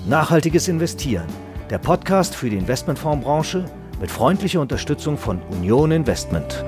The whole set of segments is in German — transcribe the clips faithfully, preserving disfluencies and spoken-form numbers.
Nachhaltiges Investieren, der Podcast für die Investmentfondsbranche mit freundlicher Unterstützung von Union Investment.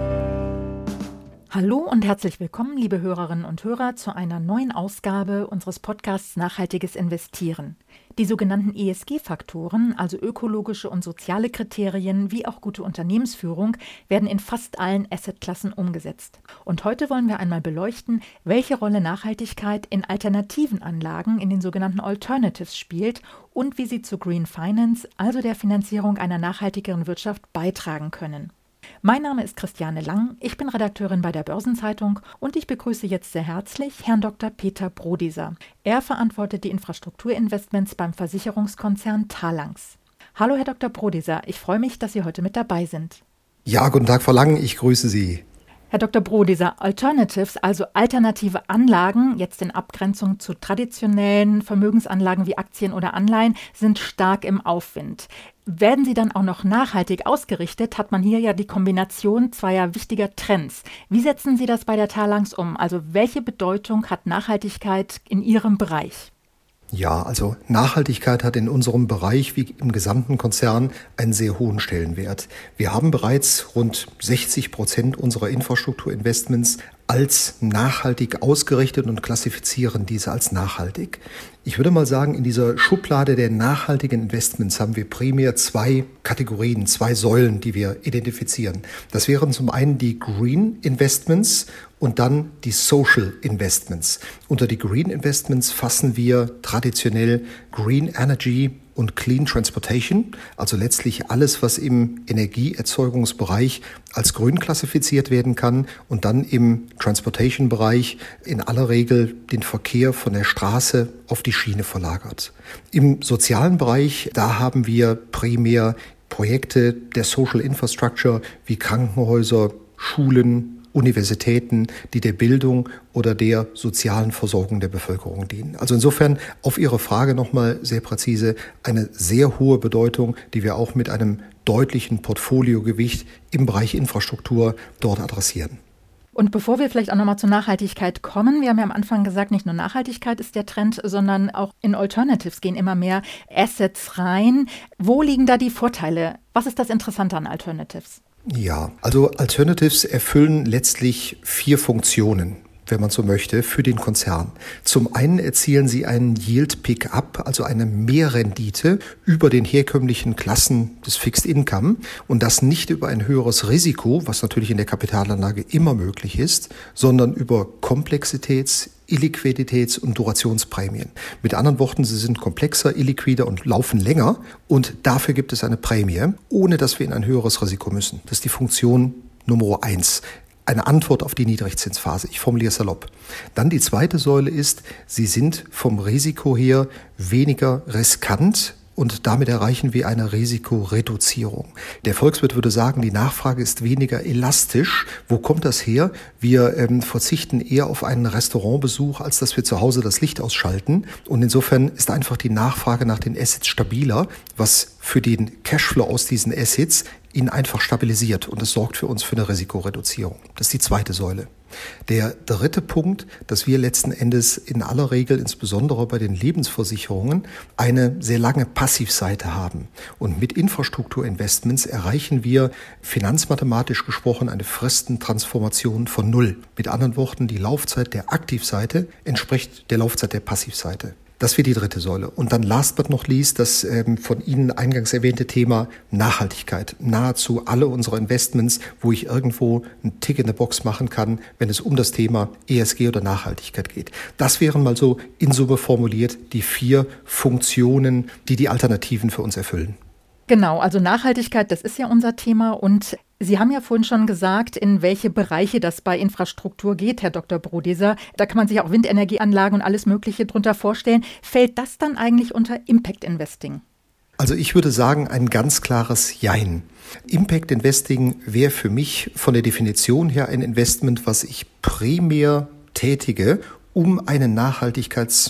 Hallo und herzlich willkommen, liebe Hörerinnen und Hörer, zu einer neuen Ausgabe unseres Podcasts Nachhaltiges Investieren. Die sogenannten E S G-Faktoren, also ökologische und soziale Kriterien wie auch gute Unternehmensführung, werden in fast allen Assetklassen umgesetzt. Und heute wollen wir einmal beleuchten, welche Rolle Nachhaltigkeit in alternativen Anlagen, in den sogenannten Alternatives, spielt und wie sie zu Green Finance, also der Finanzierung einer nachhaltigeren Wirtschaft, beitragen können. Mein Name ist Christiane Lang, ich bin Redakteurin bei der Börsenzeitung und ich begrüße jetzt sehr herzlich Herrn Doktor Peter Brodieser. Er verantwortet die Infrastrukturinvestments beim Versicherungskonzern Talanx. Hallo Herr Doktor Brodieser, ich freue mich, dass Sie heute mit dabei sind. Ja, guten Tag Frau Lang, ich grüße Sie. Herr Doktor Brodieser, Alternatives, also alternative Anlagen, jetzt in Abgrenzung zu traditionellen Vermögensanlagen wie Aktien oder Anleihen, sind stark im Aufwind. Werden sie dann auch noch nachhaltig ausgerichtet, hat man hier ja die Kombination zweier wichtiger Trends. Wie setzen Sie das bei der Talanx um? Also welche Bedeutung hat Nachhaltigkeit in Ihrem Bereich? Ja, also Nachhaltigkeit hat in unserem Bereich wie im gesamten Konzern einen sehr hohen Stellenwert. Wir haben bereits rund sechzig Prozent unserer Infrastrukturinvestments als nachhaltig ausgerichtet und klassifizieren diese als nachhaltig. Ich würde mal sagen, in dieser Schublade der nachhaltigen Investments haben wir primär zwei Kategorien, zwei Säulen, die wir identifizieren. Das wären zum einen die Green Investments und dann die Social Investments. Unter die Green Investments fassen wir traditionell Green Energy und Clean Transportation, also letztlich alles, was im Energieerzeugungsbereich als grün klassifiziert werden kann und dann im Transportation-Bereich in aller Regel den Verkehr von der Straße auf die Schiene verlagert. Im sozialen Bereich, da haben wir primär Projekte der Social Infrastructure wie Krankenhäuser, Schulen, Universitäten, die der Bildung oder der sozialen Versorgung der Bevölkerung dienen. Also insofern auf Ihre Frage nochmal sehr präzise eine sehr hohe Bedeutung, die wir auch mit einem deutlichen Portfoliogewicht im Bereich Infrastruktur dort adressieren. Und bevor wir vielleicht auch nochmal zur Nachhaltigkeit kommen, wir haben ja am Anfang gesagt, nicht nur Nachhaltigkeit ist der Trend, sondern auch in Alternatives gehen immer mehr Assets rein. Wo liegen da die Vorteile? Was ist das Interessante an Alternatives? Ja, also Alternatives erfüllen letztlich vier Funktionen, wenn man so möchte, für den Konzern. Zum einen erzielen sie einen Yield Pick-up, also eine Mehrrendite über den herkömmlichen Klassen des Fixed Income und das nicht über ein höheres Risiko, was natürlich in der Kapitalanlage immer möglich ist, sondern über Komplexitäts-, Illiquiditäts- und Durationsprämien. Mit anderen Worten, sie sind komplexer, illiquider und laufen länger und dafür gibt es eine Prämie, ohne dass wir in ein höheres Risiko müssen. Das ist die Funktion Nummer eins. Eine Antwort auf die Niedrigzinsphase. Ich formuliere salopp. Dann die zweite Säule ist, sie sind vom Risiko her weniger riskant und damit erreichen wir eine Risikoreduzierung. Der Volkswirt würde sagen, die Nachfrage ist weniger elastisch. Wo kommt das her? Wir ähm, verzichten eher auf einen Restaurantbesuch, als dass wir zu Hause das Licht ausschalten. Und insofern ist einfach die Nachfrage nach den Assets stabiler, was für den Cashflow aus diesen Assets ihn einfach stabilisiert und es sorgt für uns für eine Risikoreduzierung. Das ist die zweite Säule. Der dritte Punkt, dass wir letzten Endes in aller Regel, insbesondere bei den Lebensversicherungen, eine sehr lange Passivseite haben. Und mit Infrastrukturinvestments erreichen wir finanzmathematisch gesprochen eine Fristentransformation von null. Mit anderen Worten, die Laufzeit der Aktivseite entspricht der Laufzeit der Passivseite. Das wäre die dritte Säule. Und dann last but not least das ähm, von Ihnen eingangs erwähnte Thema Nachhaltigkeit. Nahezu alle unsere Investments, wo ich irgendwo einen Tick in der Box machen kann, wenn es um das Thema E S G oder Nachhaltigkeit geht. Das wären mal so in Summe formuliert die vier Funktionen, die die Alternativen für uns erfüllen. Genau, also Nachhaltigkeit, das ist ja unser Thema und Sie haben ja vorhin schon gesagt, in welche Bereiche das bei Infrastruktur geht, Herr Doktor Brodieser. Da kann man sich auch Windenergieanlagen und alles Mögliche drunter vorstellen. Fällt das dann eigentlich unter Impact Investing? Also ich würde sagen, ein ganz klares Jein. Impact Investing wäre für mich von der Definition her ein Investment, was ich primär tätige, um einen Nachhaltigkeits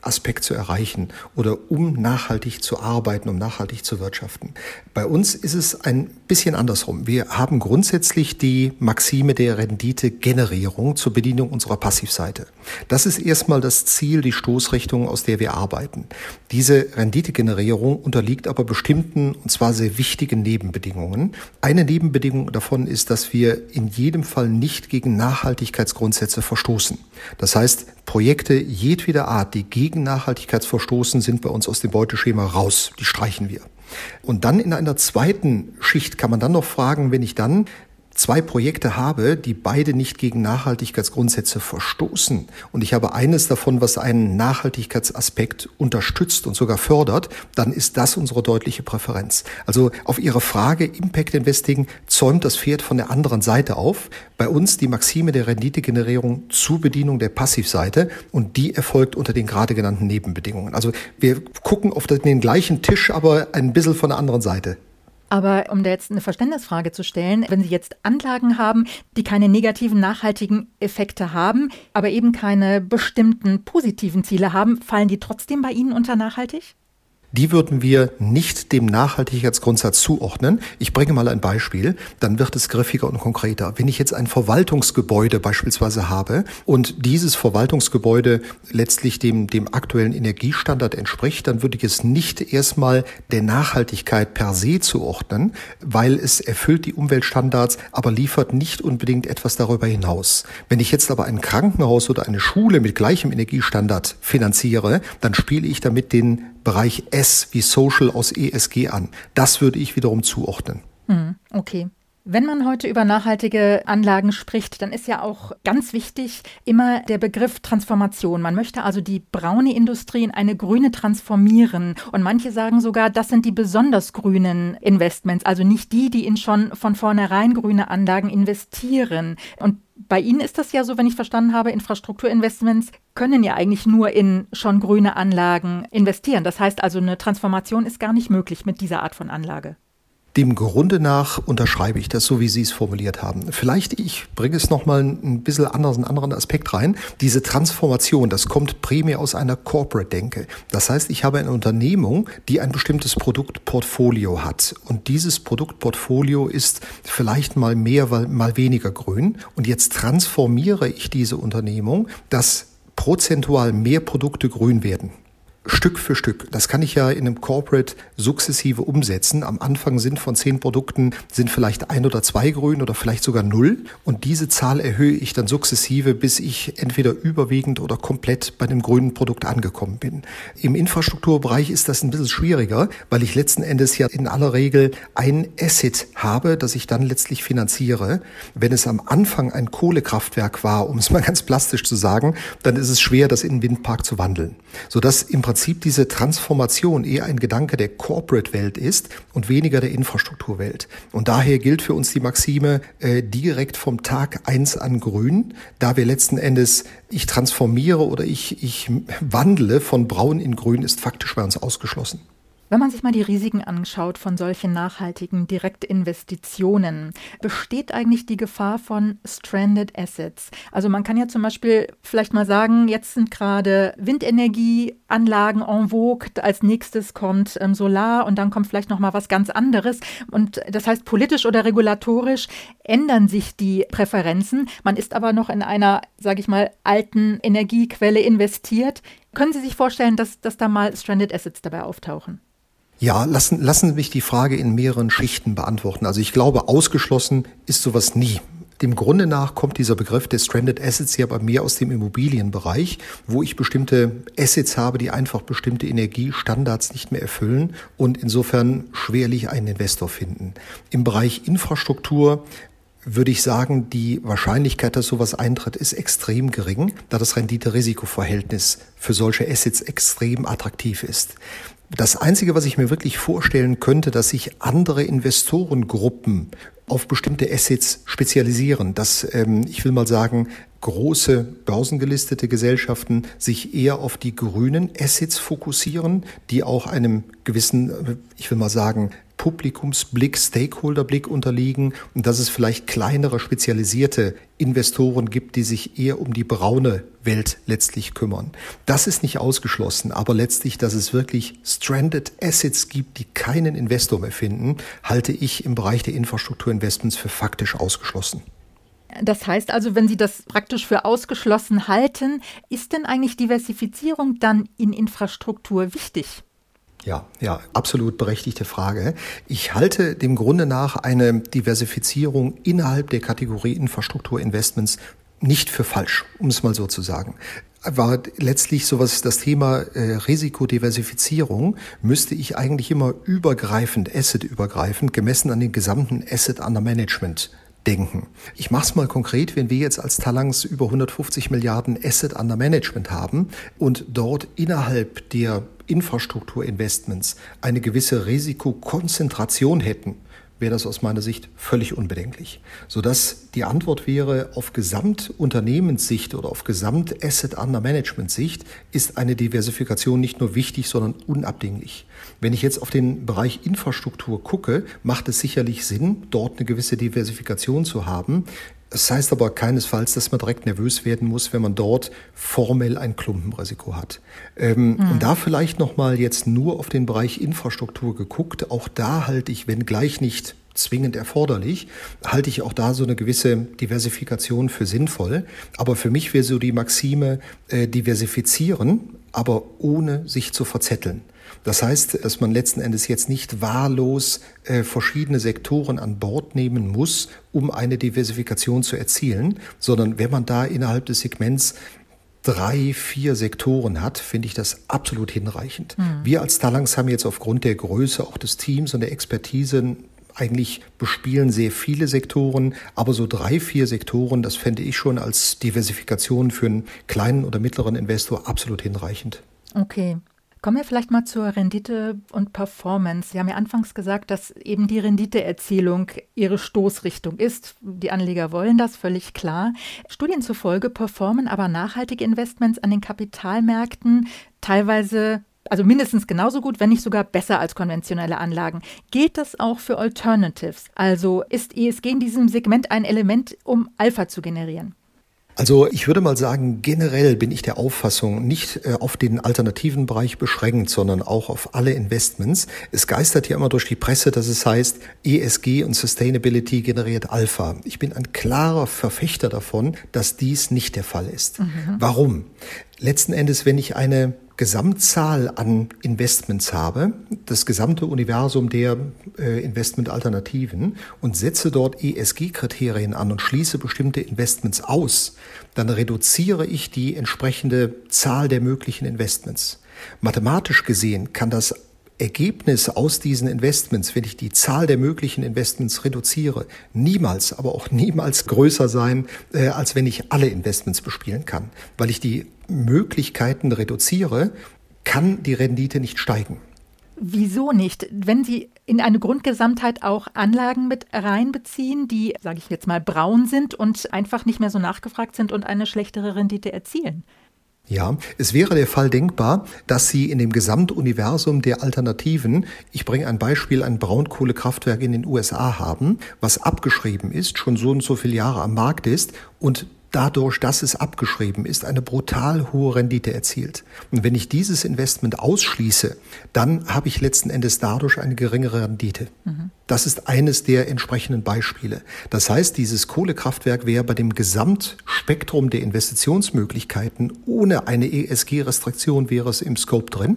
Aspekt zu erreichen oder um nachhaltig zu arbeiten, um nachhaltig zu wirtschaften. Bei uns ist es ein bisschen andersrum. Wir haben grundsätzlich die Maxime der Renditegenerierung zur Bedienung unserer Passivseite. Das ist erstmal das Ziel, die Stoßrichtung, aus der wir arbeiten. Diese Renditegenerierung unterliegt aber bestimmten, und zwar sehr wichtigen Nebenbedingungen. Eine Nebenbedingung davon ist, dass wir in jedem Fall nicht gegen Nachhaltigkeitsgrundsätze verstoßen. Das heißt, Projekte jedweder Art, die gegen Nachhaltigkeit verstoßen, sind bei uns aus dem Beuteschema raus. Die streichen wir. Und dann in einer zweiten Schicht kann man dann noch fragen, wenn ich dann zwei Projekte habe, die beide nicht gegen Nachhaltigkeitsgrundsätze verstoßen und ich habe eines davon, was einen Nachhaltigkeitsaspekt unterstützt und sogar fördert, dann ist das unsere deutliche Präferenz. Also auf Ihre Frage Impact Investing zäumt das Pferd von der anderen Seite auf. Bei uns die Maxime der Renditegenerierung zur Bedienung der Passivseite und die erfolgt unter den gerade genannten Nebenbedingungen. Also wir gucken auf den gleichen Tisch, aber ein bisschen von der anderen Seite. Aber um da jetzt eine Verständnisfrage zu stellen, wenn Sie jetzt Anlagen haben, die keine negativen, nachhaltigen Effekte haben, aber eben keine bestimmten positiven Ziele haben, fallen die trotzdem bei Ihnen unter nachhaltig? Die würden wir nicht dem Nachhaltigkeitsgrundsatz zuordnen. Ich bringe mal ein Beispiel, dann wird es griffiger und konkreter. Wenn ich jetzt ein Verwaltungsgebäude beispielsweise habe und dieses Verwaltungsgebäude letztlich dem, dem aktuellen Energiestandard entspricht, dann würde ich es nicht erstmal der Nachhaltigkeit per se zuordnen, weil es erfüllt die Umweltstandards, aber liefert nicht unbedingt etwas darüber hinaus. Wenn ich jetzt aber ein Krankenhaus oder eine Schule mit gleichem Energiestandard finanziere, dann spiele ich damit den Bereich S wie Social aus E S G an. Das würde ich wiederum zuordnen. Hm, okay. Wenn man heute über nachhaltige Anlagen spricht, dann ist ja auch ganz wichtig immer der Begriff Transformation. Man möchte also die braune Industrie in eine grüne transformieren. Und manche sagen sogar, das sind die besonders grünen Investments, also nicht die, die in schon von vornherein grüne Anlagen investieren. Und bei Ihnen ist das ja so, wenn ich verstanden habe, Infrastrukturinvestments können ja eigentlich nur in schon grüne Anlagen investieren. Das heißt also, eine Transformation ist gar nicht möglich mit dieser Art von Anlage. Dem Grunde nach unterschreibe ich das, so wie Sie es formuliert haben. Vielleicht, ich bringe es nochmal ein bisschen anders, einen anderen Aspekt rein. Diese Transformation, das kommt primär aus einer Corporate-Denke. Das heißt, ich habe eine Unternehmung, die ein bestimmtes Produktportfolio hat. Und dieses Produktportfolio ist vielleicht mal mehr, mal weniger grün. Und jetzt transformiere ich diese Unternehmung, dass prozentual mehr Produkte grün werden. Stück für Stück. Das kann ich ja in einem Corporate sukzessive umsetzen. Am Anfang sind von zehn Produkten sind vielleicht ein oder zwei grün oder vielleicht sogar null. Und diese Zahl erhöhe ich dann sukzessive, bis ich entweder überwiegend oder komplett bei dem grünen Produkt angekommen bin. Im Infrastrukturbereich ist das ein bisschen schwieriger, weil ich letzten Endes ja in aller Regel ein Asset habe, das ich dann letztlich finanziere. Wenn es am Anfang ein Kohlekraftwerk war, um es mal ganz plastisch zu sagen, dann ist es schwer, das in einen Windpark zu wandeln. Sodass im Prinzip diese Transformation eher ein Gedanke der Corporate-Welt ist und weniger der Infrastrukturwelt. Und daher gilt für uns die Maxime äh, direkt vom Tag eins an grün, da wir letzten Endes, ich transformiere oder ich, ich wandle von braun in grün, ist faktisch bei uns ausgeschlossen. Wenn man sich mal die Risiken anschaut von solchen nachhaltigen Direktinvestitionen, besteht eigentlich die Gefahr von Stranded Assets? Also man kann ja zum Beispiel vielleicht mal sagen, jetzt sind gerade Windenergieanlagen en vogue, als nächstes kommt ähm, Solar und dann kommt vielleicht noch mal was ganz anderes. Und das heißt, politisch oder regulatorisch ändern sich die Präferenzen. Man ist aber noch in einer, sage ich mal, alten Energiequelle investiert. Können Sie sich vorstellen, dass, dass da mal Stranded Assets dabei auftauchen? Ja, lassen, lassen Sie mich die Frage in mehreren Schichten beantworten. Also ich glaube, ausgeschlossen ist sowas nie. Dem Grunde nach kommt dieser Begriff des Stranded Assets ja bei mir aus dem Immobilienbereich, wo ich bestimmte Assets habe, die einfach bestimmte Energiestandards nicht mehr erfüllen und insofern schwerlich einen Investor finden. Im Bereich Infrastruktur würde ich sagen, die Wahrscheinlichkeit, dass sowas eintritt, ist extrem gering, da das Rendite-Risiko-Verhältnis für solche Assets extrem attraktiv ist. Das Einzige, was ich mir wirklich vorstellen könnte, dass sich andere Investorengruppen auf bestimmte Assets spezialisieren, dass, ähm, ich will mal sagen, große börsengelistete Gesellschaften sich eher auf die grünen Assets fokussieren, die auch einem gewissen, ich will mal sagen, Publikumsblick, Stakeholderblick unterliegen und dass es vielleicht kleinere, spezialisierte Investoren gibt, die sich eher um die braune Welt letztlich kümmern. Das ist nicht ausgeschlossen, aber letztlich, dass es wirklich Stranded Assets gibt, die keinen Investor mehr finden, halte ich im Bereich der Infrastrukturinvestments für faktisch ausgeschlossen. Das heißt also, wenn Sie das praktisch für ausgeschlossen halten, ist denn eigentlich Diversifizierung dann in Infrastruktur wichtig? Ja, ja, absolut berechtigte Frage. Ich halte dem Grunde nach eine Diversifizierung innerhalb der Kategorie Infrastrukturinvestments nicht für falsch, um es mal so zu sagen. War letztlich sowas, das Thema äh, Risikodiversifizierung müsste ich eigentlich immer übergreifend, assetübergreifend, gemessen an den gesamten Asset under Management denken. Ich mache es mal konkret, wenn wir jetzt als Talanx über hundertfünfzig Milliarden Asset under Management haben und dort innerhalb der Infrastrukturinvestments eine gewisse Risikokonzentration hätten, wäre das aus meiner Sicht völlig unbedenklich. Sodass die Antwort wäre, auf Gesamtunternehmenssicht oder auf Gesamt-Asset-Under-Management-Sicht ist eine Diversifikation nicht nur wichtig, sondern unabdinglich. Wenn ich jetzt auf den Bereich Infrastruktur gucke, macht es sicherlich Sinn, dort eine gewisse Diversifikation zu haben. Das heißt aber keinesfalls, dass man direkt nervös werden muss, wenn man dort formell ein Klumpenrisiko hat. Ähm, mhm. Und da vielleicht nochmal jetzt nur auf den Bereich Infrastruktur geguckt. Auch da halte ich, wenn gleich nicht zwingend erforderlich, halte ich auch da so eine gewisse Diversifikation für sinnvoll. Aber für mich wäre so die Maxime, äh, diversifizieren, aber ohne sich zu verzetteln. Das heißt, dass man letzten Endes jetzt nicht wahllos äh, verschiedene Sektoren an Bord nehmen muss, um eine Diversifikation zu erzielen, sondern wenn man da innerhalb des Segments drei, vier Sektoren hat, finde ich das absolut hinreichend. Mhm. Wir als Talanx haben jetzt aufgrund der Größe auch des Teams und der Expertise eigentlich bespielen sehr viele Sektoren, aber so drei, vier Sektoren, das fände ich schon als Diversifikation für einen kleinen oder mittleren Investor absolut hinreichend. Okay. Kommen wir vielleicht mal zur Rendite und Performance. Sie haben ja anfangs gesagt, dass eben die Renditeerzielung Ihre Stoßrichtung ist. Die Anleger wollen das, völlig klar. Studien zufolge performen aber nachhaltige Investments an den Kapitalmärkten teilweise, also mindestens genauso gut, wenn nicht sogar besser als konventionelle Anlagen. Gilt das auch für Alternatives? Also ist E S G in diesem Segment ein Element, um Alpha zu generieren? Also ich würde mal sagen, generell bin ich der Auffassung, nicht äh, auf den alternativen Bereich beschränkt, sondern auch auf alle Investments. Es geistert ja immer durch die Presse, dass es heißt, E S G und Sustainability generiert Alpha. Ich bin ein klarer Verfechter davon, dass dies nicht der Fall ist. Mhm. Warum? Letzten Endes, wenn ich eine Gesamtzahl an Investments habe, das gesamte Universum der äh, Investmentalternativen und setze dort E S G-Kriterien an und schließe bestimmte Investments aus, dann reduziere ich die entsprechende Zahl der möglichen Investments. Mathematisch gesehen kann das Ergebnis aus diesen Investments, wenn ich die Zahl der möglichen Investments reduziere, niemals, aber auch niemals größer sein, äh, als wenn ich alle Investments bespielen kann. Weil ich die Möglichkeiten reduziere, kann die Rendite nicht steigen. Wieso nicht? Wenn Sie in eine Grundgesamtheit auch Anlagen mit reinbeziehen, die, sage ich jetzt mal, braun sind und einfach nicht mehr so nachgefragt sind und eine schlechtere Rendite erzielen. Ja, es wäre der Fall denkbar, dass Sie in dem Gesamtuniversum der Alternativen, ich bringe ein Beispiel, ein Braunkohlekraftwerk in den U S A haben, was abgeschrieben ist, schon so und so viele Jahre am Markt ist und dadurch, dass es abgeschrieben ist, eine brutal hohe Rendite erzielt. Und wenn ich dieses Investment ausschließe, dann habe ich letzten Endes dadurch eine geringere Rendite. Mhm. Das ist eines der entsprechenden Beispiele. Das heißt, dieses Kohlekraftwerk wäre bei dem Gesamtspektrum der Investitionsmöglichkeiten ohne eine E S G-Restriktion wäre es im Scope drin.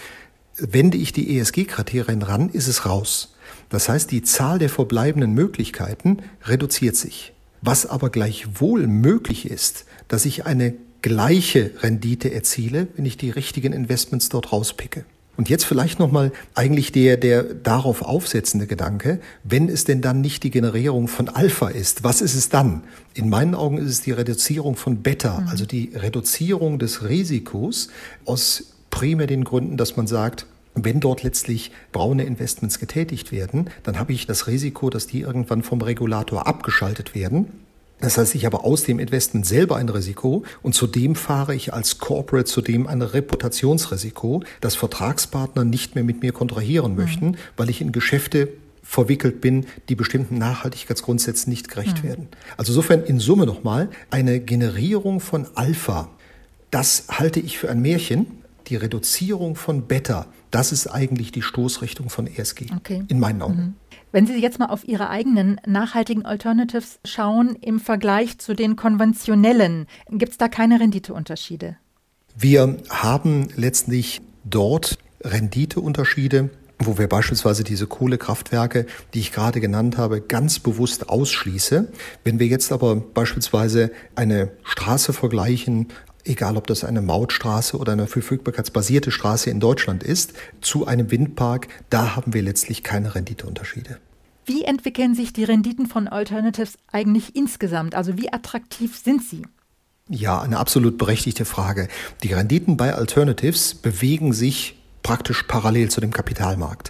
Wende ich die E S G-Kriterien ran, ist es raus. Das heißt, die Zahl der verbleibenden Möglichkeiten reduziert sich. Was aber gleichwohl möglich ist, dass ich eine gleiche Rendite erziele, wenn ich die richtigen Investments dort rauspicke. Und jetzt vielleicht nochmal eigentlich der, der darauf aufsetzende Gedanke, wenn es denn dann nicht die Generierung von Alpha ist, was ist es dann? In meinen Augen ist es die Reduzierung von Beta, mhm. also die Reduzierung des Risikos aus primär den Gründen, dass man sagt, wenn dort letztlich braune Investments getätigt werden, dann habe ich das Risiko, dass die irgendwann vom Regulator abgeschaltet werden. Das heißt, ich habe aus dem Investment selber ein Risiko und zudem fahre ich als Corporate zudem ein Reputationsrisiko, dass Vertragspartner nicht mehr mit mir kontrahieren möchten, mhm. weil ich in Geschäfte verwickelt bin, die bestimmten Nachhaltigkeitsgrundsätzen nicht gerecht mhm. werden. Also insofern in Summe nochmal eine Generierung von Alpha. Das halte ich für ein Märchen. Die Reduzierung von Beta, das ist eigentlich die Stoßrichtung von E S G, okay. in meinen Augen. Mhm. Wenn Sie jetzt mal auf Ihre eigenen nachhaltigen Alternatives schauen, im Vergleich zu den konventionellen, gibt es da keine Renditeunterschiede? Wir haben letztlich dort Renditeunterschiede, wo wir beispielsweise diese Kohlekraftwerke, die ich gerade genannt habe, ganz bewusst ausschließe. Wenn wir jetzt aber beispielsweise eine Straße vergleichen, egal ob das eine Mautstraße oder eine verfügbarkeitsbasierte Straße in Deutschland ist, zu einem Windpark, da haben wir letztlich keine Renditeunterschiede. Wie entwickeln sich die Renditen von Alternatives eigentlich insgesamt? Also wie attraktiv sind sie? Ja, eine absolut berechtigte Frage. Die Renditen bei Alternatives bewegen sich praktisch parallel zu dem Kapitalmarkt.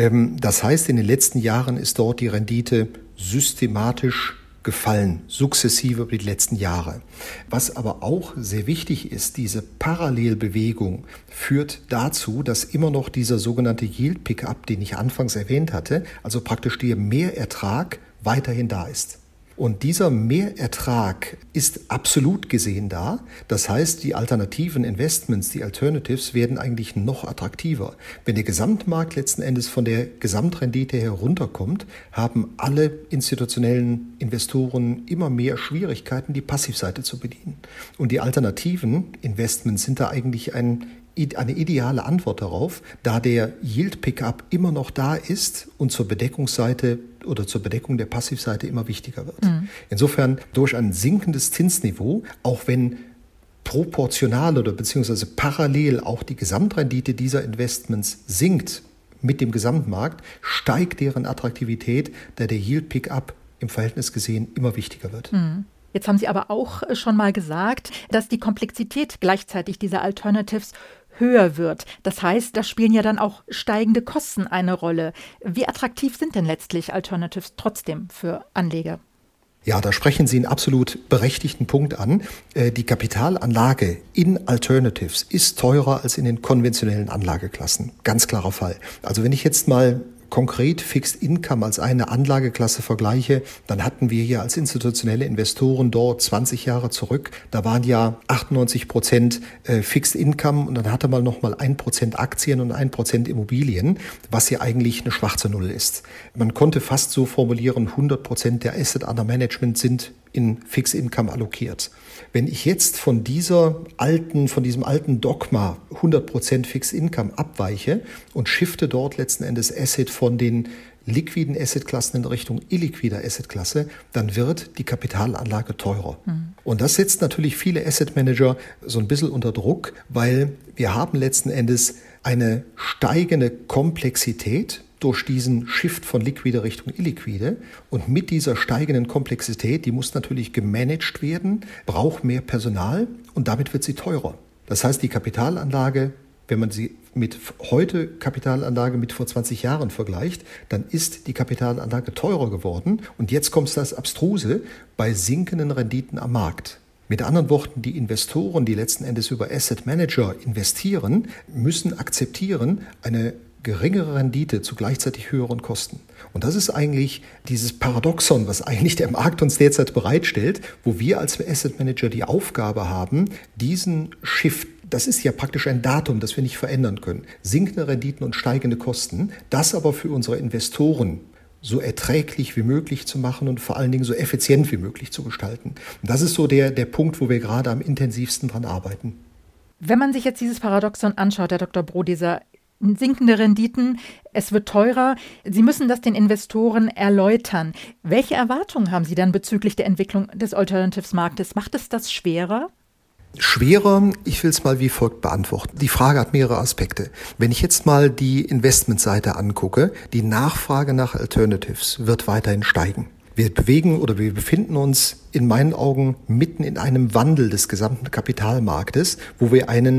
Das heißt, in den letzten Jahren ist dort die Rendite systematisch gefallen, sukzessive über die letzten Jahre. Was aber auch sehr wichtig ist, diese Parallelbewegung führt dazu, dass immer noch dieser sogenannte Yield Pickup, den ich anfangs erwähnt hatte, also praktisch der Mehrertrag weiterhin da ist. Und dieser Mehrertrag ist absolut gesehen da. Das heißt, die alternativen Investments, die Alternatives, werden eigentlich noch attraktiver. Wenn der Gesamtmarkt letzten Endes von der Gesamtrendite herunterkommt, haben alle institutionellen Investoren immer mehr Schwierigkeiten, die Passivseite zu bedienen. Und die alternativen Investments sind da eigentlich ein eine ideale Antwort darauf, da der Yield Pickup immer noch da ist und zur Bedeckungsseite oder zur Bedeckung der Passivseite immer wichtiger wird. Mhm. Insofern durch ein sinkendes Zinsniveau, auch wenn proportional oder beziehungsweise parallel auch die Gesamtrendite dieser Investments sinkt mit dem Gesamtmarkt, steigt deren Attraktivität, da der Yield Pickup im Verhältnis gesehen immer wichtiger wird. Mhm. Jetzt haben Sie aber auch schon mal gesagt, dass die Komplexität gleichzeitig dieser Alternatives höher wird. Das heißt, da spielen ja dann auch steigende Kosten eine Rolle. Wie attraktiv sind denn letztlich Alternatives trotzdem für Anleger? Ja, da sprechen Sie einen absolut berechtigten Punkt an. Die Kapitalanlage in Alternatives ist teurer als in den konventionellen Anlageklassen. Ganz klarer Fall. Also wenn ich jetzt mal konkret Fixed Income als eine Anlageklasse vergleiche, dann hatten wir ja als institutionelle Investoren dort zwanzig Jahre zurück, da waren ja achtundneunzig Prozent Fixed Income und dann hatte man nochmal ein Prozent Aktien und ein Prozent Immobilien, was ja eigentlich eine schwarze Null ist. Man konnte fast so formulieren, hundert Prozent der Asset Under Management sind in Fixed Income allokiert. Wenn ich jetzt von dieser alten, von diesem alten Dogma hundert Prozent Fixed Income abweiche und shifte dort letzten Endes Asset von den liquiden Assetklassen in Richtung illiquider Assetklasse, dann wird die Kapitalanlage teurer. Mhm. Und das setzt natürlich viele Asset Manager so ein bisschen unter Druck, weil wir haben letzten Endes eine steigende Komplexität durch diesen Shift von liquide Richtung illiquide. Und mit dieser steigenden Komplexität, die muss natürlich gemanagt werden, braucht mehr Personal und damit wird sie teurer. Das heißt, die Kapitalanlage, wenn man sie mit heute Kapitalanlage mit vor zwanzig Jahren vergleicht, dann ist die Kapitalanlage teurer geworden. Und jetzt kommt das Abstruse bei sinkenden Renditen am Markt. Mit anderen Worten, die Investoren, die letzten Endes über Asset Manager investieren, müssen akzeptieren, eine geringere Rendite zu gleichzeitig höheren Kosten. Und das ist eigentlich dieses Paradoxon, was eigentlich der Markt uns derzeit bereitstellt, wo wir als Asset Manager die Aufgabe haben, diesen Shift, das ist ja praktisch ein Datum, das wir nicht verändern können, sinkende Renditen und steigende Kosten, das aber für unsere Investoren so erträglich wie möglich zu machen und vor allen Dingen so effizient wie möglich zu gestalten. Und das ist so der, der Punkt, wo wir gerade am intensivsten dran arbeiten. Wenn man sich jetzt dieses Paradoxon anschaut, Herr Doktor Brodeser, sinkende Renditen, es wird teurer. Sie müssen das den Investoren erläutern. Welche Erwartungen haben Sie dann bezüglich der Entwicklung des Alternatives-Marktes? Macht es das schwerer? Schwerer, ich will es mal wie folgt beantworten. Die Frage hat mehrere Aspekte. Wenn ich jetzt mal die Investmentseite angucke, die Nachfrage nach Alternatives wird weiterhin steigen. Wir bewegen oder wir befinden uns in meinen Augen mitten in einem Wandel des gesamten Kapitalmarktes, wo wir einen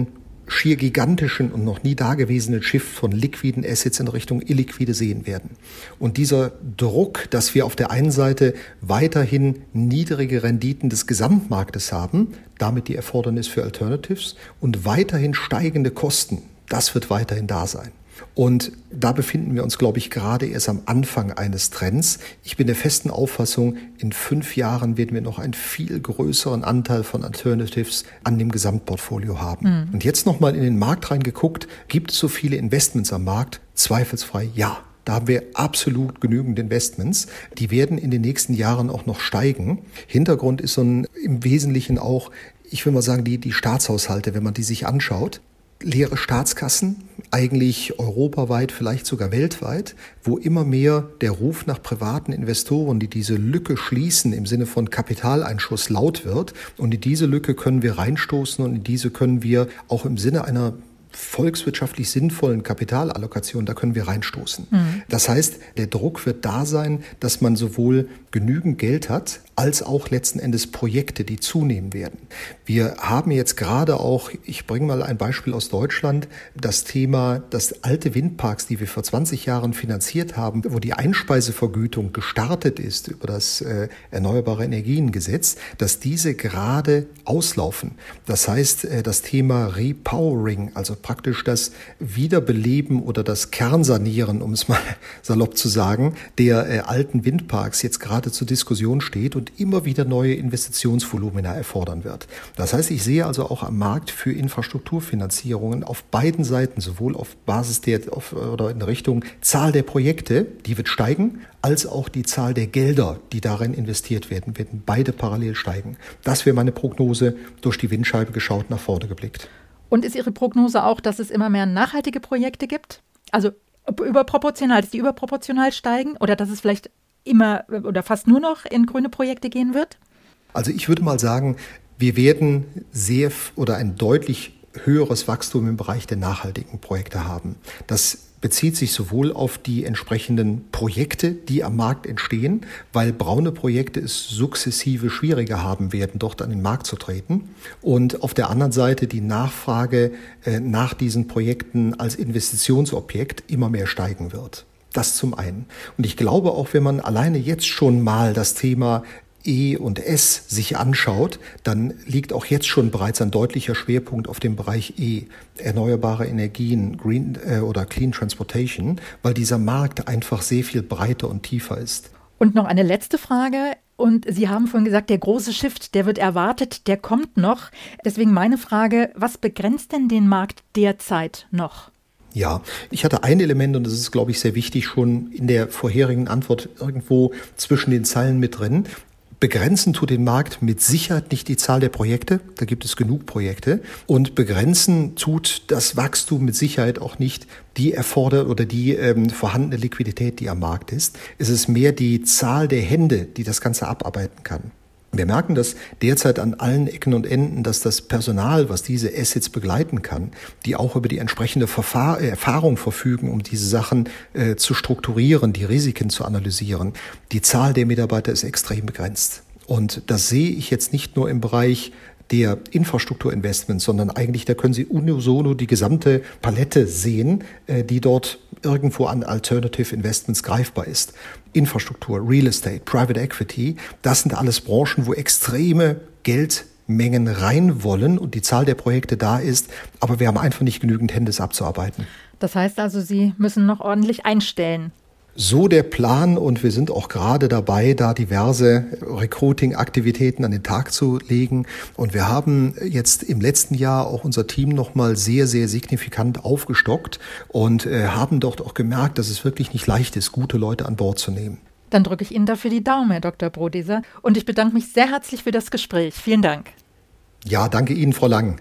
schier gigantischen und noch nie dagewesenen Shift von liquiden Assets in Richtung illiquide sehen werden. Und dieser Druck, dass wir auf der einen Seite weiterhin niedrige Renditen des Gesamtmarktes haben, damit die Erfordernis für Alternatives und weiterhin steigende Kosten, das wird weiterhin da sein. Und da befinden wir uns, glaube ich, gerade erst am Anfang eines Trends. Ich bin der festen Auffassung, in fünf Jahren werden wir noch einen viel größeren Anteil von Alternatives an dem Gesamtportfolio haben. Mhm. Und jetzt nochmal in den Markt reingeguckt, gibt es so viele Investments am Markt? Zweifelsfrei ja. Da haben wir absolut genügend Investments. Die werden in den nächsten Jahren auch noch steigen. Hintergrund ist so ein, im Wesentlichen auch, ich will mal sagen, die, die Staatshaushalte, wenn man die sich anschaut. Leere Staatskassen, eigentlich europaweit, vielleicht sogar weltweit, wo immer mehr der Ruf nach privaten Investoren, die diese Lücke schließen im Sinne von Kapitaleinschuss, laut wird. Und in diese Lücke können wir reinstoßen und in diese können wir auch im Sinne einer volkswirtschaftlich sinnvollen Kapitalallokation, da können wir reinstoßen. Mhm. Das heißt, der Druck wird da sein, dass man sowohl genügend Geld hat, als auch letzten Endes Projekte, die zunehmen werden. Wir haben jetzt gerade auch, ich bringe mal ein Beispiel aus Deutschland, das Thema, dass alte Windparks, die wir vor zwanzig Jahren finanziert haben, wo die Einspeisevergütung gestartet ist über das äh, Erneuerbare Energiengesetz, dass diese gerade auslaufen. Das heißt, äh, das Thema Repowering, also praktisch das Wiederbeleben oder das Kernsanieren, um es mal salopp zu sagen, der äh, alten Windparks jetzt gerade zur Diskussion steht und immer wieder neue Investitionsvolumina erfordern wird. Das heißt, ich sehe also auch am Markt für Infrastrukturfinanzierungen auf beiden Seiten, sowohl auf Basis der auf, oder in Richtung Zahl der Projekte, die wird steigen, als auch die Zahl der Gelder, die darin investiert werden, werden beide parallel steigen. Das wäre meine Prognose, durch die Windscheibe geschaut, nach vorne geblickt. Und ist Ihre Prognose auch, dass es immer mehr nachhaltige Projekte gibt? Also überproportional, dass die überproportional steigen oder dass es vielleicht immer oder fast nur noch in grüne Projekte gehen wird? Also ich würde mal sagen, wir werden sehr oder ein deutlich höheres Wachstum im Bereich der nachhaltigen Projekte haben. Das bezieht sich sowohl auf die entsprechenden Projekte, die am Markt entstehen, weil braune Projekte es sukzessive schwieriger haben werden, dort an den Markt zu treten. Und auf der anderen Seite die Nachfrage äh, nach diesen Projekten als Investitionsobjekt immer mehr steigen wird. Das zum einen. Und ich glaube auch, wenn man alleine jetzt schon mal das Thema E und S sich anschaut, dann liegt auch jetzt schon bereits ein deutlicher Schwerpunkt auf dem Bereich E, erneuerbare Energien, Green äh, oder Clean Transportation, weil dieser Markt einfach sehr viel breiter und tiefer ist. Und noch eine letzte Frage. Und Sie haben vorhin gesagt, der große Shift, der wird erwartet, der kommt noch. Deswegen meine Frage, was begrenzt denn den Markt derzeit noch? Ja, ich hatte ein Element und das ist, glaube ich, sehr wichtig, schon in der vorherigen Antwort irgendwo zwischen den Zeilen mit drin. Begrenzen tut den Markt mit Sicherheit nicht die Zahl der Projekte, da gibt es genug Projekte. Und begrenzen tut das Wachstum mit Sicherheit auch nicht die erfordert oder die ähm, vorhandene Liquidität, die am Markt ist. Es ist mehr die Zahl der Hände, die das Ganze abarbeiten kann. Wir merken das derzeit an allen Ecken und Enden, dass das Personal, was diese Assets begleiten kann, die auch über die entsprechende Verfahr- Erfahrung verfügen, um diese Sachen äh, zu strukturieren, die Risiken zu analysieren, die Zahl der Mitarbeiter ist extrem begrenzt. Und das sehe ich jetzt nicht nur im Bereich der Infrastrukturinvestments, sondern eigentlich, da können Sie unisono die gesamte Palette sehen, äh, die dort irgendwo an Alternative Investments greifbar ist. Infrastruktur, Real Estate, Private Equity, das sind alles Branchen, wo extreme Geldmengen rein wollen und die Zahl der Projekte da ist, aber wir haben einfach nicht genügend Hände, es abzuarbeiten. Das heißt also, Sie müssen noch ordentlich einstellen. So der Plan und wir sind auch gerade dabei, da diverse Recruiting-Aktivitäten an den Tag zu legen. Und wir haben jetzt im letzten Jahr auch unser Team nochmal sehr, sehr signifikant aufgestockt und äh, haben dort auch gemerkt, dass es wirklich nicht leicht ist, gute Leute an Bord zu nehmen. Dann drücke ich Ihnen dafür die Daumen, Herr Doktor Brodeser. Und ich bedanke mich sehr herzlich für das Gespräch. Vielen Dank. Ja, danke Ihnen, Frau Lang.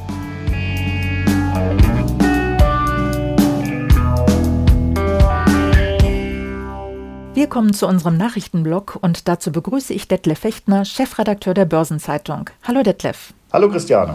Wir kommen zu unserem Nachrichtenblog und dazu begrüße ich Detlef Fechtner, Chefredakteur der Börsenzeitung. Hallo Detlef. Hallo Christiane.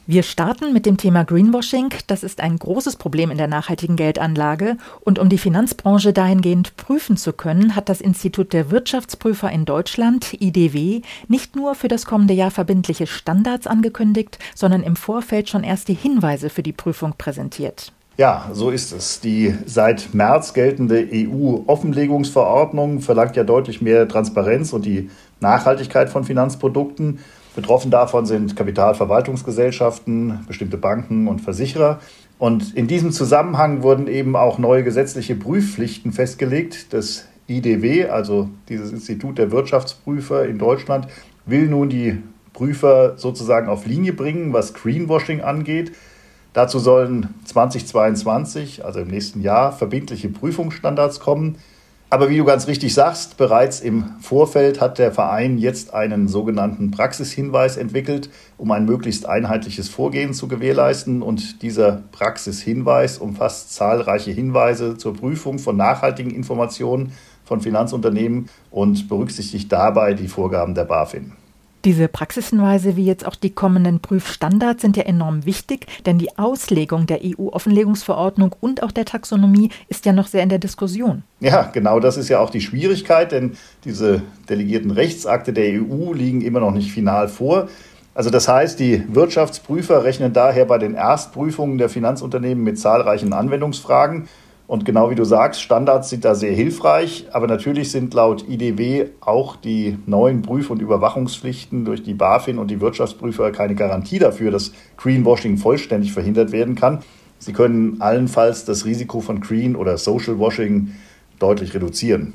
Wir starten mit dem Thema Greenwashing. Das ist ein großes Problem in der nachhaltigen Geldanlage. Und um die Finanzbranche dahingehend prüfen zu können, hat das Institut der Wirtschaftsprüfer in Deutschland, I D W, nicht nur für das kommende Jahr verbindliche Standards angekündigt, sondern im Vorfeld schon erste Hinweise für die Prüfung präsentiert. Ja, so ist es. Die seit März geltende E U-Offenlegungsverordnung verlangt ja deutlich mehr Transparenz und die Nachhaltigkeit von Finanzprodukten. Betroffen davon sind Kapitalverwaltungsgesellschaften, bestimmte Banken und Versicherer. Und in diesem Zusammenhang wurden eben auch neue gesetzliche Prüfpflichten festgelegt. Das I D W, also dieses Institut der Wirtschaftsprüfer in Deutschland, will nun die Prüfer sozusagen auf Linie bringen, was Greenwashing angeht. Dazu sollen zweitausendzweiundzwanzig, also im nächsten Jahr, verbindliche Prüfungsstandards kommen. Aber wie du ganz richtig sagst, bereits im Vorfeld hat der Verein jetzt einen sogenannten Praxishinweis entwickelt, um ein möglichst einheitliches Vorgehen zu gewährleisten. Und dieser Praxishinweis umfasst zahlreiche Hinweise zur Prüfung von nachhaltigen Informationen von Finanzunternehmen und berücksichtigt dabei die Vorgaben der BaFin. Diese Praxishinweise wie jetzt auch die kommenden Prüfstandards sind ja enorm wichtig, denn die Auslegung der E U-Offenlegungsverordnung und auch der Taxonomie ist ja noch sehr in der Diskussion. Ja, genau das ist ja auch die Schwierigkeit, denn diese delegierten Rechtsakte der E U liegen immer noch nicht final vor. Also das heißt, die Wirtschaftsprüfer rechnen daher bei den Erstprüfungen der Finanzunternehmen mit zahlreichen Anwendungsfragen. Und genau wie du sagst, Standards sind da sehr hilfreich, aber natürlich sind laut I D W auch die neuen Prüf- und Überwachungspflichten durch die BaFin und die Wirtschaftsprüfer keine Garantie dafür, dass Greenwashing vollständig verhindert werden kann. Sie können allenfalls das Risiko von Green- oder Social Washing deutlich reduzieren.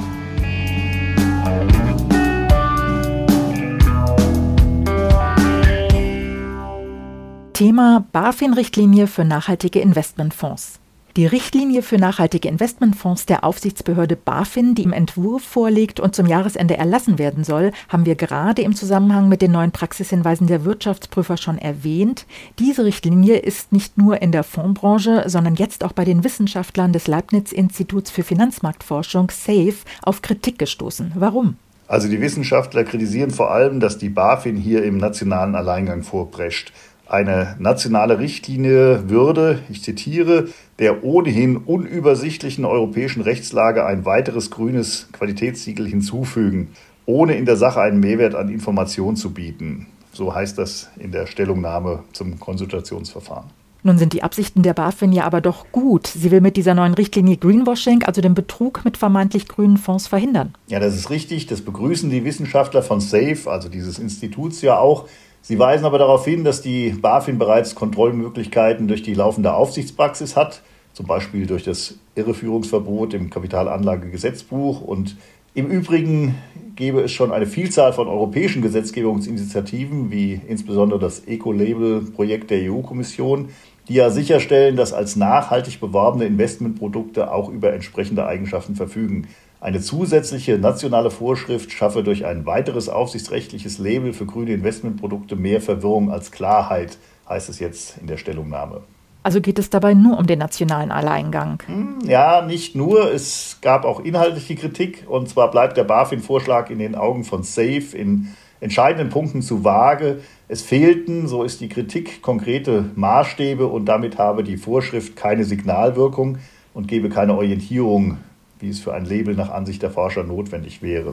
Thema BaFin-Richtlinie für nachhaltige Investmentfonds. Die Richtlinie für nachhaltige Investmentfonds der Aufsichtsbehörde BaFin, die im Entwurf vorliegt und zum Jahresende erlassen werden soll, haben wir gerade im Zusammenhang mit den neuen Praxishinweisen der Wirtschaftsprüfer schon erwähnt. Diese Richtlinie ist nicht nur in der Fondsbranche, sondern jetzt auch bei den Wissenschaftlern des Leibniz-Instituts für Finanzmarktforschung SAFE auf Kritik gestoßen. Warum? Also die Wissenschaftler kritisieren vor allem, dass die BaFin hier im nationalen Alleingang vorprescht. Eine nationale Richtlinie würde, ich zitiere, der ohnehin unübersichtlichen europäischen Rechtslage ein weiteres grünes Qualitätssiegel hinzufügen, ohne in der Sache einen Mehrwert an Information zu bieten. So heißt das in der Stellungnahme zum Konsultationsverfahren. Nun sind die Absichten der BaFin ja aber doch gut. Sie will mit dieser neuen Richtlinie Greenwashing, also den Betrug mit vermeintlich grünen Fonds, verhindern. Ja, das ist richtig. Das begrüßen die Wissenschaftler von SAFE, also dieses Instituts ja auch. Sie weisen aber darauf hin, dass die BaFin bereits Kontrollmöglichkeiten durch die laufende Aufsichtspraxis hat, zum Beispiel durch das Irreführungsverbot im Kapitalanlagegesetzbuch. Und im Übrigen gäbe es schon eine Vielzahl von europäischen Gesetzgebungsinitiativen, wie insbesondere das Eco-Label-Projekt der E U-Kommission, die ja sicherstellen, dass als nachhaltig beworbene Investmentprodukte auch über entsprechende Eigenschaften verfügen. Eine zusätzliche nationale Vorschrift schaffe durch ein weiteres aufsichtsrechtliches Label für grüne Investmentprodukte mehr Verwirrung als Klarheit, heißt es jetzt in der Stellungnahme. Also geht es dabei nur um den nationalen Alleingang? Ja, nicht nur. Es gab auch inhaltliche Kritik. Und zwar bleibt der BaFin-Vorschlag in den Augen von SAFE in entscheidenden Punkten zu vage. Es fehlten, so ist die Kritik, konkrete Maßstäbe und damit habe die Vorschrift keine Signalwirkung und gebe keine Orientierung, wie es für ein Label nach Ansicht der Forscher notwendig wäre.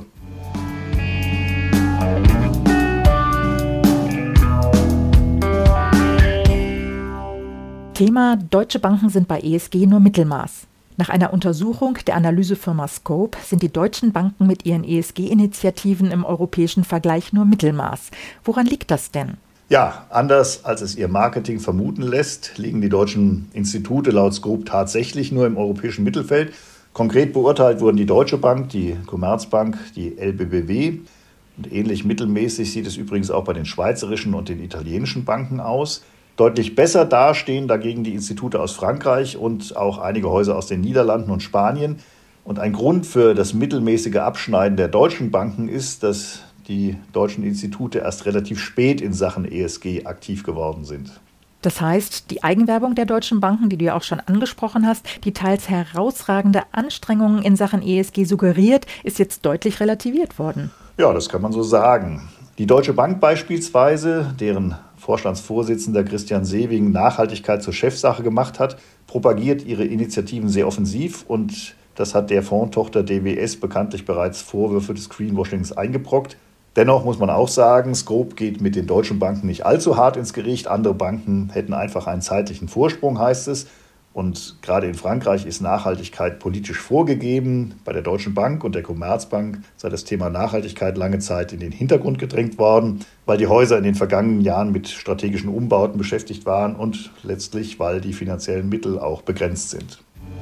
Thema: Deutsche Banken sind bei E S G nur Mittelmaß. Nach einer Untersuchung der Analysefirma Scope sind die deutschen Banken mit ihren E S G-Initiativen im europäischen Vergleich nur Mittelmaß. Woran liegt das denn? Ja, anders als es ihr Marketing vermuten lässt, liegen die deutschen Institute laut Scope tatsächlich nur im europäischen Mittelfeld. Konkret beurteilt wurden die Deutsche Bank, die Commerzbank, die L B B W. Und ähnlich mittelmäßig sieht es übrigens auch bei den schweizerischen und den italienischen Banken aus. Deutlich besser dastehen dagegen die Institute aus Frankreich und auch einige Häuser aus den Niederlanden und Spanien. Und ein Grund für das mittelmäßige Abschneiden der deutschen Banken ist, dass die deutschen Institute erst relativ spät in Sachen E S G aktiv geworden sind. Das heißt, die Eigenwerbung der deutschen Banken, die du ja auch schon angesprochen hast, die teils herausragende Anstrengungen in Sachen E S G suggeriert, ist jetzt deutlich relativiert worden. Ja, das kann man so sagen. Die Deutsche Bank beispielsweise, deren Vorstandsvorsitzender Christian Sewing Nachhaltigkeit zur Chefsache gemacht hat, propagiert ihre Initiativen sehr offensiv und das hat der Fondstochter D W S bekanntlich bereits Vorwürfe des Greenwashings eingebrockt. Dennoch muss man auch sagen, Scope geht mit den deutschen Banken nicht allzu hart ins Gericht. Andere Banken hätten einfach einen zeitlichen Vorsprung, heißt es. Und gerade in Frankreich ist Nachhaltigkeit politisch vorgegeben. Bei der Deutschen Bank und der Commerzbank sei das Thema Nachhaltigkeit lange Zeit in den Hintergrund gedrängt worden, weil die Häuser in den vergangenen Jahren mit strategischen Umbauten beschäftigt waren und letztlich, weil die finanziellen Mittel auch begrenzt sind.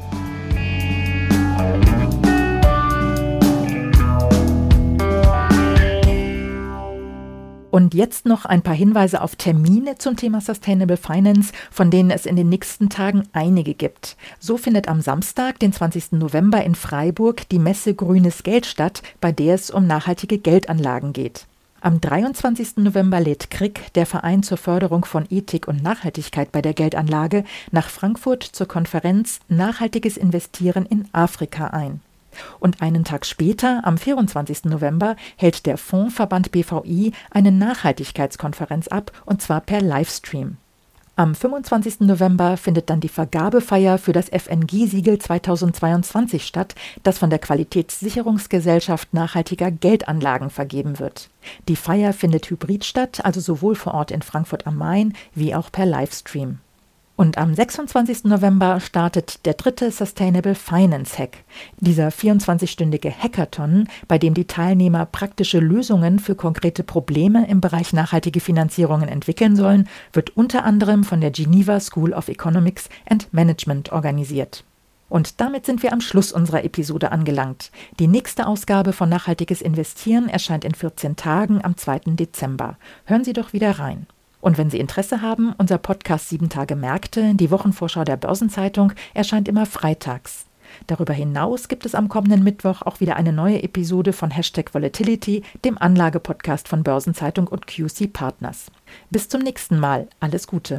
Und jetzt noch ein paar Hinweise auf Termine zum Thema Sustainable Finance, von denen es in den nächsten Tagen einige gibt. So findet am Samstag, den zwanzigsten November in Freiburg, die Messe Grünes Geld statt, bei der es um nachhaltige Geldanlagen geht. Am dreiundzwanzigsten November lädt K R I K, der Verein zur Förderung von Ethik und Nachhaltigkeit bei der Geldanlage, nach Frankfurt zur Konferenz Nachhaltiges Investieren in Afrika ein. Und einen Tag später, am vierundzwanzigsten November, hält der Fondsverband B V I eine Nachhaltigkeitskonferenz ab, und zwar per Livestream. Am fünfundzwanzigsten November findet dann die Vergabefeier für das F N G-Siegel zweitausendzweiundzwanzig statt, das von der Qualitätssicherungsgesellschaft nachhaltiger Geldanlagen vergeben wird. Die Feier findet hybrid statt, also sowohl vor Ort in Frankfurt am Main wie auch per Livestream. Und am sechsundzwanzigsten November startet der dritte Sustainable Finance Hack. Dieser vierundzwanzigstündige Hackathon, bei dem die Teilnehmer praktische Lösungen für konkrete Probleme im Bereich nachhaltige Finanzierungen entwickeln sollen, wird unter anderem von der Geneva School of Economics and Management organisiert. Und damit sind wir am Schluss unserer Episode angelangt. Die nächste Ausgabe von Nachhaltiges Investieren erscheint in vierzehn Tagen am zweiten Dezember. Hören Sie doch wieder rein. Und wenn Sie Interesse haben, unser Podcast sieben Tage Märkte, die Wochenvorschau der Börsenzeitung, erscheint immer freitags. Darüber hinaus gibt es am kommenden Mittwoch auch wieder eine neue Episode von Hashtag Volatility, dem Anlagepodcast von Börsenzeitung und Q C Partners. Bis zum nächsten Mal. Alles Gute.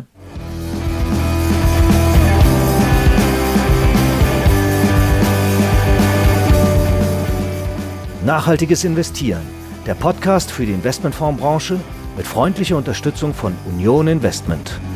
Nachhaltiges Investieren, der Podcast für die Investmentfondsbranche mit freundlicher Unterstützung von Union Investment.